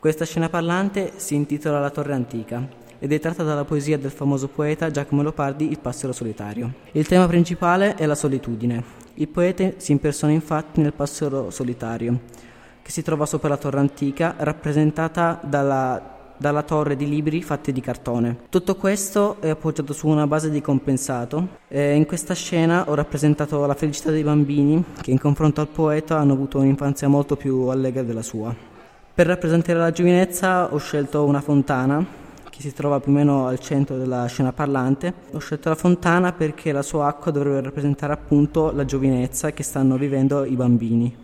Questa scena parlante si intitola La torre antica ed è tratta dalla poesia del famoso poeta Giacomo Leopardi, Il passero solitario. Il tema principale è la solitudine. Il poeta si impersona infatti nel passero solitario, che si trova sopra la torre antica, rappresentata dalla torre di libri fatti di cartone. Tutto questo è appoggiato su una base di compensato. In questa scena ho rappresentato la felicità dei bambini che in confronto al poeta hanno avuto un'infanzia molto più allegra della sua. Per rappresentare la giovinezza ho scelto una fontana che si trova più o meno al centro della scena parlante. Ho scelto la fontana perché la sua acqua dovrebbe rappresentare appunto la giovinezza che stanno vivendo i bambini.